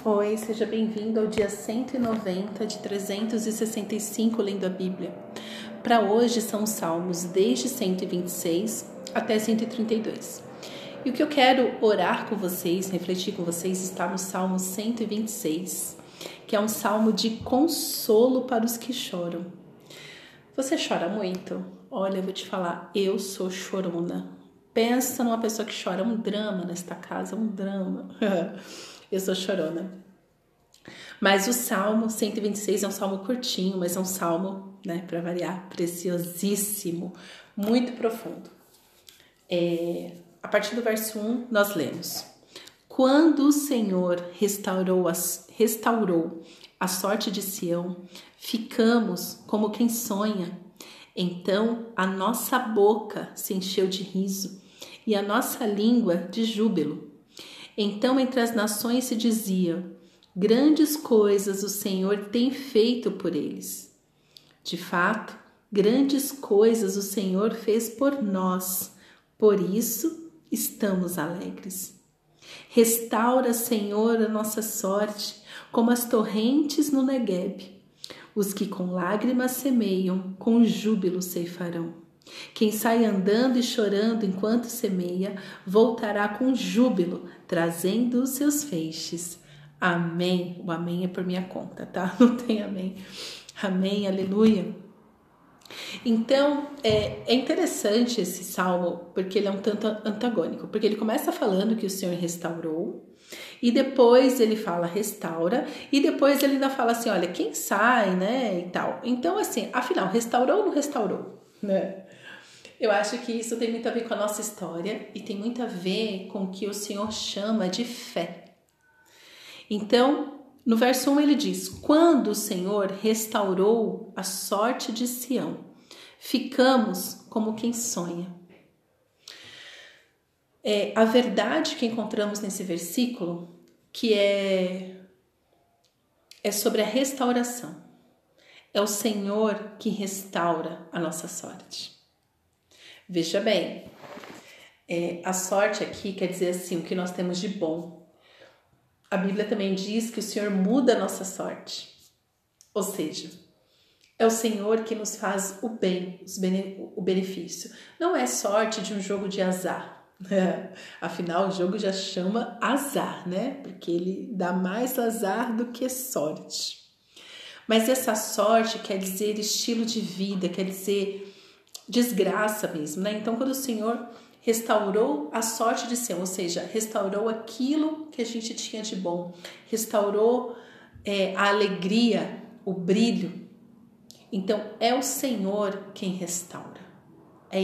Oi, seja bem-vindo ao dia 190 de 365 lendo a Bíblia. Para hoje são os salmos desde 126 até 132. E o que eu quero orar com vocês, refletir com vocês, está no salmo 126, que é um salmo de consolo para os que choram. Você chora muito? Olha, eu vou te falar, eu sou chorona. Pensa numa pessoa que chora, um drama nesta casa, um drama. Eu sou chorona. Mas o Salmo 126 é um salmo curtinho, mas é um salmo, para variar, preciosíssimo, muito profundo. A partir do verso 1, nós lemos: Quando o Senhor restaurou a sorte de Sião, ficamos como quem sonha. Então a nossa boca se encheu de riso e a nossa língua de júbilo. Então entre as nações se dizia: grandes coisas o Senhor tem feito por eles. De fato, grandes coisas o Senhor fez por nós, por isso estamos alegres. Restaura, Senhor, a nossa sorte, como as torrentes no Negueb. Os que com lágrimas semeiam, com júbilo ceifarão. Quem sai andando e chorando enquanto semeia, voltará com júbilo, trazendo os seus feixes. Amém. O amém é por minha conta, tá? Não tem amém. Amém, aleluia. Então, é interessante esse salmo, porque ele é um tanto antagônico. Porque ele começa falando que o Senhor restaurou, e depois ele fala restaura, e depois ele ainda fala assim, olha, quem sai, né, e tal. Então, assim, afinal, restaurou ou não restaurou, né? Eu acho que isso tem muito a ver com a nossa história e tem muito a ver com o que o Senhor chama de fé. Então, no verso 1 ele diz: quando o Senhor restaurou a sorte de Sião, ficamos como quem sonha. A verdade que encontramos nesse versículo, que é sobre a restauração. É o Senhor que restaura a nossa sorte. Veja bem, a sorte aqui quer dizer assim, o que nós temos de bom. A Bíblia também diz que o Senhor muda a nossa sorte. Ou seja, é o Senhor que nos faz o bem, o benefício. Não é sorte de um jogo de azar. Afinal, o jogo já chama azar, né? Porque ele dá mais azar do que sorte. Mas essa sorte quer dizer estilo de vida, quer dizer desgraça mesmo, né? Então, quando o Senhor restaurou a sorte de Sião, ou seja, restaurou aquilo que a gente tinha de bom, restaurou a alegria, o brilho. Então, é o Senhor quem restaura. É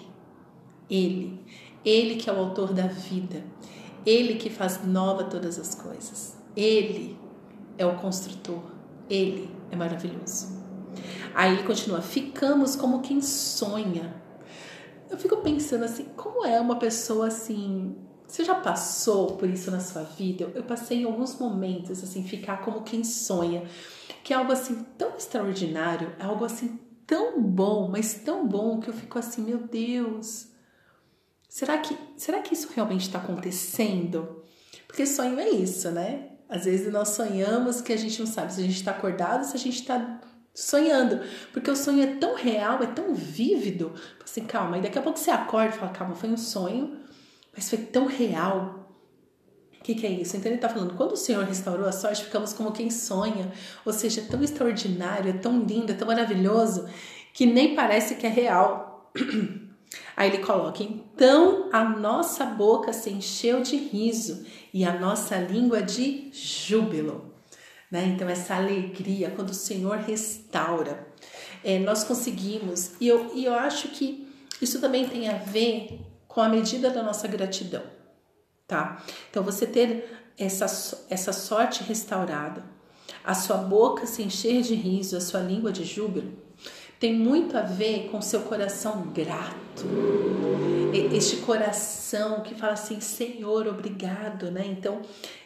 Ele que é o autor da vida. Ele que faz nova todas as coisas. Ele é o construtor. Ele é maravilhoso. Aí ele continua: ficamos como quem sonha. Eu fico pensando assim, como é uma pessoa assim... Você já passou por isso na sua vida? Eu passei em alguns momentos, assim, ficar como quem sonha. Que é algo assim tão extraordinário, é algo assim tão bom, mas tão bom, que eu fico assim, meu Deus... Será que isso realmente está acontecendo? Porque sonho é isso, né? Às vezes nós sonhamos que a gente não sabe se a gente está acordado, se a gente está sonhando. Porque o sonho é tão real, é tão vívido. Assim, calma, e daqui a pouco você acorda e fala, calma, foi um sonho, mas foi tão real. O que é isso? Então ele está falando, quando o Senhor restaurou a sorte, ficamos como quem sonha. Ou seja, é tão extraordinário, é tão lindo, é tão maravilhoso, que nem parece que é real. Aí ele coloca: então a nossa boca se encheu de riso e a nossa língua de júbilo, né? Então essa alegria, quando o Senhor restaura, nós conseguimos, e eu acho que isso também tem a ver com a medida da nossa gratidão, tá? Então você ter essa sorte restaurada, a sua boca se encher de riso, a sua língua de júbilo, tem muito a ver com seu coração grato. Este coração que fala assim, Senhor, obrigado, né? Então,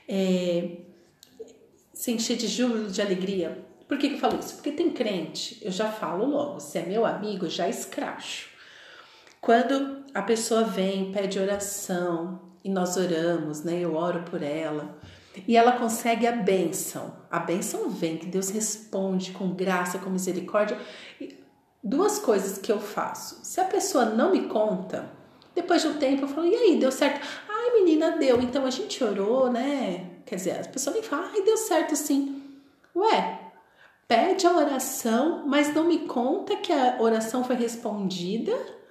se encher de júbilo, de alegria. Por que eu falo isso? Porque tem crente, eu já falo logo, se é meu amigo, eu já escracho. Quando a pessoa vem, pede oração, e nós oramos, né? Eu oro por ela. e ela consegue a bênção vem, que Deus responde com graça, com misericórdia. Duas coisas que eu faço: se a pessoa não me conta, depois de um tempo eu falo, e aí, deu certo? Ai, menina, deu, então a gente orou, né? Quer dizer, a pessoa nem fala, ai, deu certo sim. Ué, pede a oração, mas não me conta que a oração foi respondida.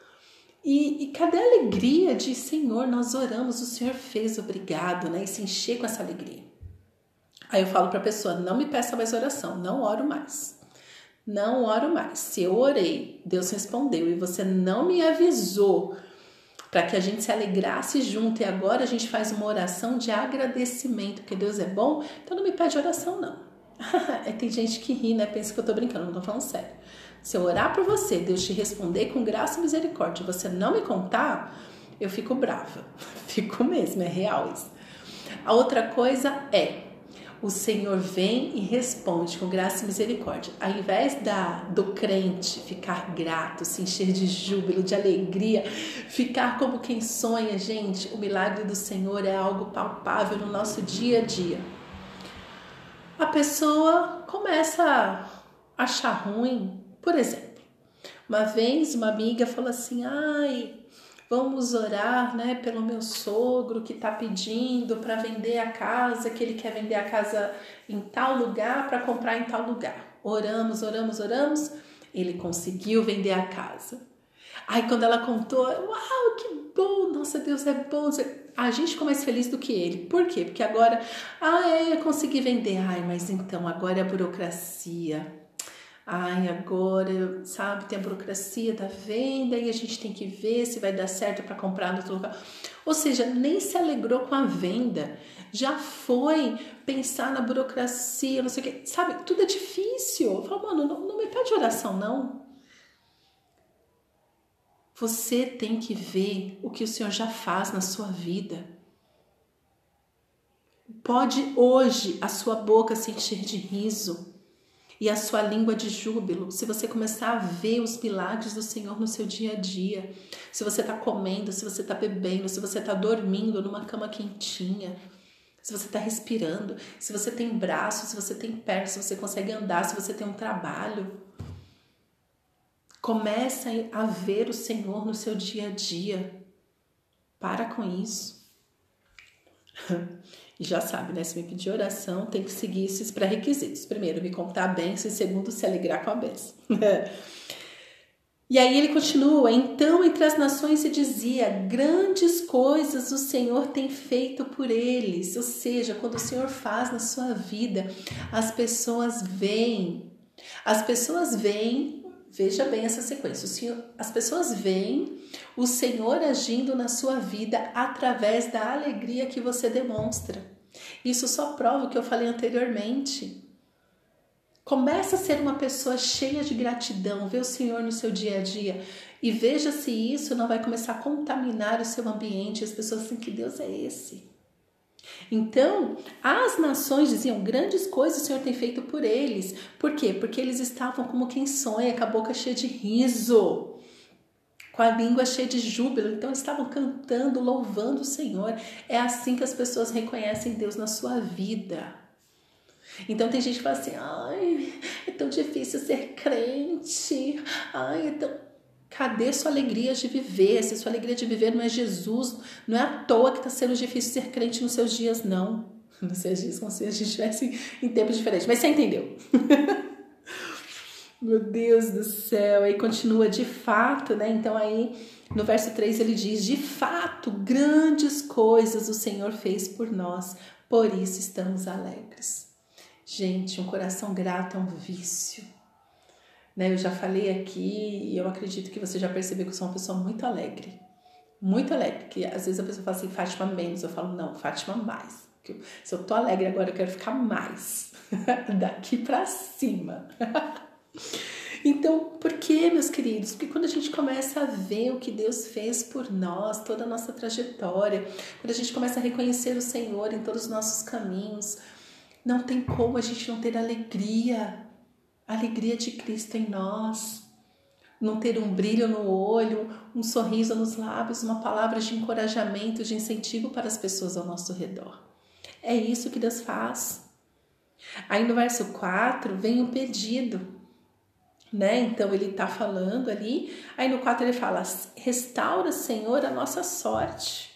E cadê a alegria de, Senhor, nós oramos, o Senhor fez, obrigado, né? E se encher com essa alegria. Aí eu falo para a pessoa, não me peça mais oração, não oro mais. Não oro mais. Se eu orei, Deus respondeu e você não me avisou para que a gente se alegrasse junto e agora a gente faz uma oração de agradecimento, porque Deus é bom, então não me pede oração não. Tem gente que ri, né? Pensa que eu tô brincando, não tô falando sério. Se eu orar por você, Deus te responder com graça e misericórdia, e você não me contar, eu fico brava. Fico mesmo, é real isso. A outra coisa é, o Senhor vem e responde com graça e misericórdia. Ao invés do crente ficar grato, se encher de júbilo, de alegria, ficar como quem sonha, gente, o milagre do Senhor é algo palpável no nosso dia a dia. A pessoa começa a achar ruim. Por exemplo, uma vez uma amiga falou assim, ai, vamos orar, né, pelo meu sogro que está pedindo para vender a casa, que ele quer vender a casa em tal lugar para comprar em tal lugar. Oramos, ele conseguiu vender a casa. Aí quando ela contou, uau, que bom, nossa, Deus é bom. A gente ficou mais feliz do que ele. Por quê? Porque agora, eu consegui vender. Ai, mas então agora é a burocracia. Ai, agora, sabe, tem a burocracia da venda e a gente tem que ver se vai dar certo para comprar no outro lugar. Ou seja, nem se alegrou com a venda, já foi pensar na burocracia, não sei o que, sabe, tudo é difícil. Eu falo, mano, não me pede oração, não. Você tem que ver o que o Senhor já faz na sua vida. Pode hoje a sua boca se encher de riso e a sua língua de júbilo, se você começar a ver os milagres do Senhor no seu dia a dia. Se você está comendo, se você está bebendo, se você está dormindo numa cama quentinha, se você está respirando, se você tem braços, se você tem pernas, se você consegue andar, se você tem um trabalho. Começa a ver o Senhor no seu dia a dia. Para com isso. E já sabe, né? Se me pedir oração, tem que seguir esses pré-requisitos. Primeiro, me contar a bênção. E segundo, se alegrar com a bênção. E aí ele continua. Então, entre as nações se dizia, grandes coisas o Senhor tem feito por eles. Ou seja, quando o Senhor faz na sua vida, as pessoas veem. As pessoas veem, veja bem essa sequência. As pessoas veem o Senhor agindo na sua vida através da alegria que você demonstra. Isso só prova o que eu falei anteriormente. Começa a ser uma pessoa cheia de gratidão, vê o Senhor no seu dia a dia e veja se isso não vai começar a contaminar o seu ambiente. As pessoas assim, que Deus é esse? Então, as nações diziam, grandes coisas o Senhor tem feito por eles. Por quê? Porque eles estavam como quem sonha, com a boca cheia de riso, com a língua cheia de júbilo. Então, eles estavam cantando, louvando o Senhor. É assim que as pessoas reconhecem Deus na sua vida. Então, tem gente que fala assim, ai, é tão difícil ser crente. Ai, é tão... Cadê sua alegria de viver? Se sua alegria de viver não é Jesus, não é à toa que está sendo difícil ser crente nos seus dias, não. Nos seus dias, como se a gente estivesse em tempos diferentes. Mas você entendeu? Meu Deus do céu. Aí continua, de fato, né? Então aí no verso 3 ele diz, de fato, grandes coisas o Senhor fez por nós, por isso estamos alegres. Gente, um coração grato é um vício. Né, eu já falei aqui e eu acredito que você já percebeu que eu sou uma pessoa muito alegre. Muito alegre. Que às vezes a pessoa fala assim, Fátima menos. Eu falo, não, Fátima mais. Se eu tô alegre agora, eu quero ficar mais. Daqui pra cima. Então, por que, meus queridos? Porque quando a gente começa a ver o que Deus fez por nós, toda a nossa trajetória, quando a gente começa a reconhecer o Senhor em todos os nossos caminhos, não tem como a gente não ter alegria. A alegria de Cristo em nós, não ter um brilho no olho, um sorriso nos lábios, uma palavra de encorajamento, de incentivo para as pessoas ao nosso redor. É isso que Deus faz. Aí no verso 4 vem o pedido, né? Então ele tá falando ali, aí no 4 ele fala: restaura, Senhor, a nossa sorte.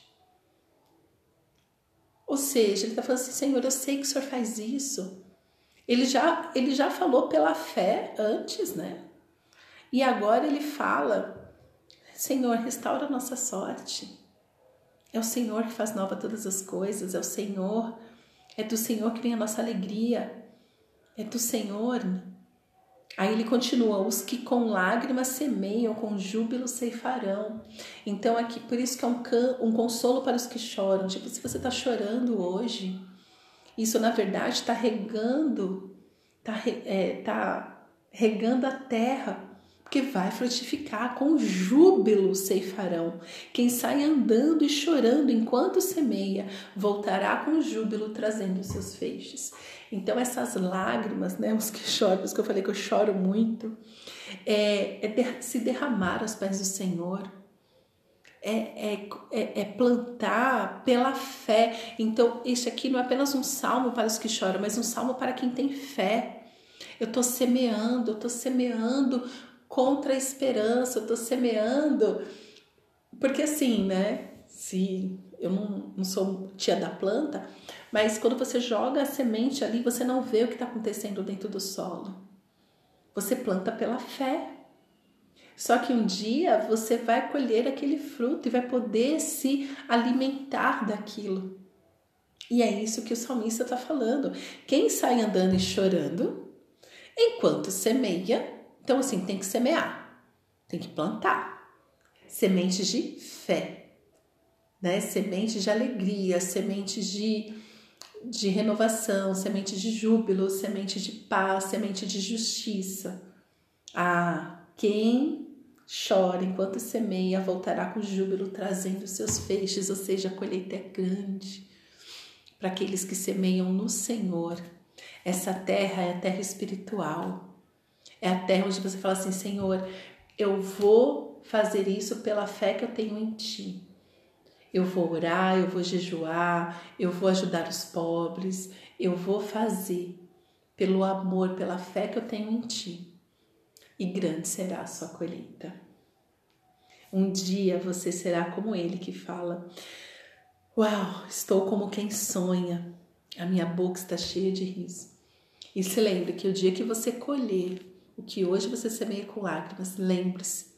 Ou seja, ele tá falando assim: Senhor, eu sei que o Senhor faz isso. Ele já falou pela fé antes, né? E agora ele fala: Senhor, restaura a nossa sorte. É o Senhor que faz nova todas as coisas, é do Senhor que vem a nossa alegria, é do Senhor. Aí ele continua: os que com lágrimas semeiam, com júbilo ceifarão. Então aqui, por isso que é um consolo para os que choram. Tipo, se você está chorando hoje, isso na verdade está regando, tá regando a terra, porque vai frutificar, com júbilo ceifarão. Quem sai andando e chorando enquanto semeia, voltará com júbilo trazendo seus feixes. Então essas lágrimas, né, os que choram, por isso que eu falei que eu choro muito, se derramar aos pés do Senhor, plantar pela fé. Então este aqui não é apenas um salmo para os que choram, mas um salmo para quem tem fé. Eu estou semeando contra a esperança, eu estou semeando, porque assim, né, se eu não sou tia da planta, mas quando você joga a semente ali, você não vê o que está acontecendo dentro do solo, você planta pela fé, só que um dia você vai colher aquele fruto e vai poder se alimentar daquilo, e é isso que o salmista está falando. Quem sai andando e chorando, enquanto semeia, então assim, tem que semear, tem que plantar sementes de fé, né? Sementes de alegria, sementes de renovação, sementes de júbilo, sementes de paz, sementes de justiça. Quem chora enquanto semeia voltará com júbilo trazendo seus feixes, ou seja, a colheita é grande para aqueles que semeiam no Senhor. Essa terra é a terra espiritual, é a terra onde você fala assim: Senhor, eu vou fazer isso pela fé que eu tenho em Ti. Eu vou orar, eu vou jejuar, eu vou ajudar os pobres, eu vou fazer pelo amor, pela fé que eu tenho em Ti. E grande será a sua colheita. Um dia você será como Ele que fala: uau, estou como quem sonha, a minha boca está cheia de riso. E se lembre que o dia que você colher o que hoje você semeia com lágrimas, lembre-se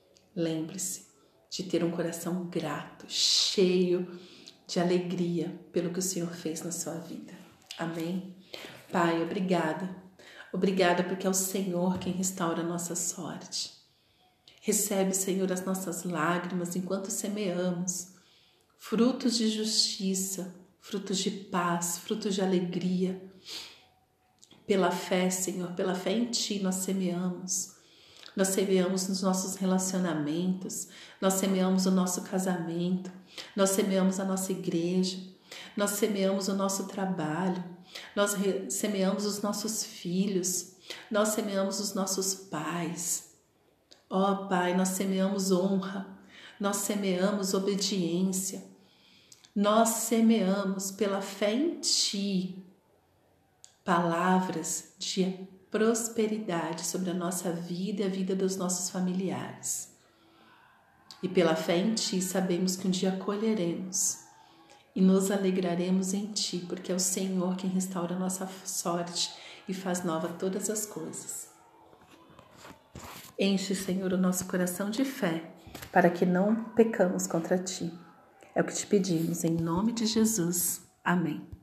de ter um coração grato, cheio de alegria pelo que o Senhor fez na sua vida. Amém? Pai, obrigada. Obrigada porque é o Senhor quem restaura a nossa sorte. Recebe, Senhor, as nossas lágrimas enquanto semeamos frutos de justiça, frutos de paz, frutos de alegria. Pela fé, Senhor, pela fé em Ti nós semeamos. Nós semeamos nos nossos relacionamentos, nós semeamos o nosso casamento, nós semeamos a nossa igreja, nós semeamos o nosso trabalho, nós semeamos os nossos filhos, nós semeamos os nossos pais. Ó Pai, nós semeamos honra, nós semeamos obediência, nós semeamos pela fé em Ti palavras de prosperidade sobre a nossa vida e a vida dos nossos familiares. E pela fé em Ti sabemos que um dia colheremos e nos alegraremos em Ti, porque é o Senhor quem restaura a nossa sorte e faz nova todas as coisas. Enche, Senhor, o nosso coração de fé, para que não pecamos contra Ti. É o que te pedimos, em nome de Jesus. Amém.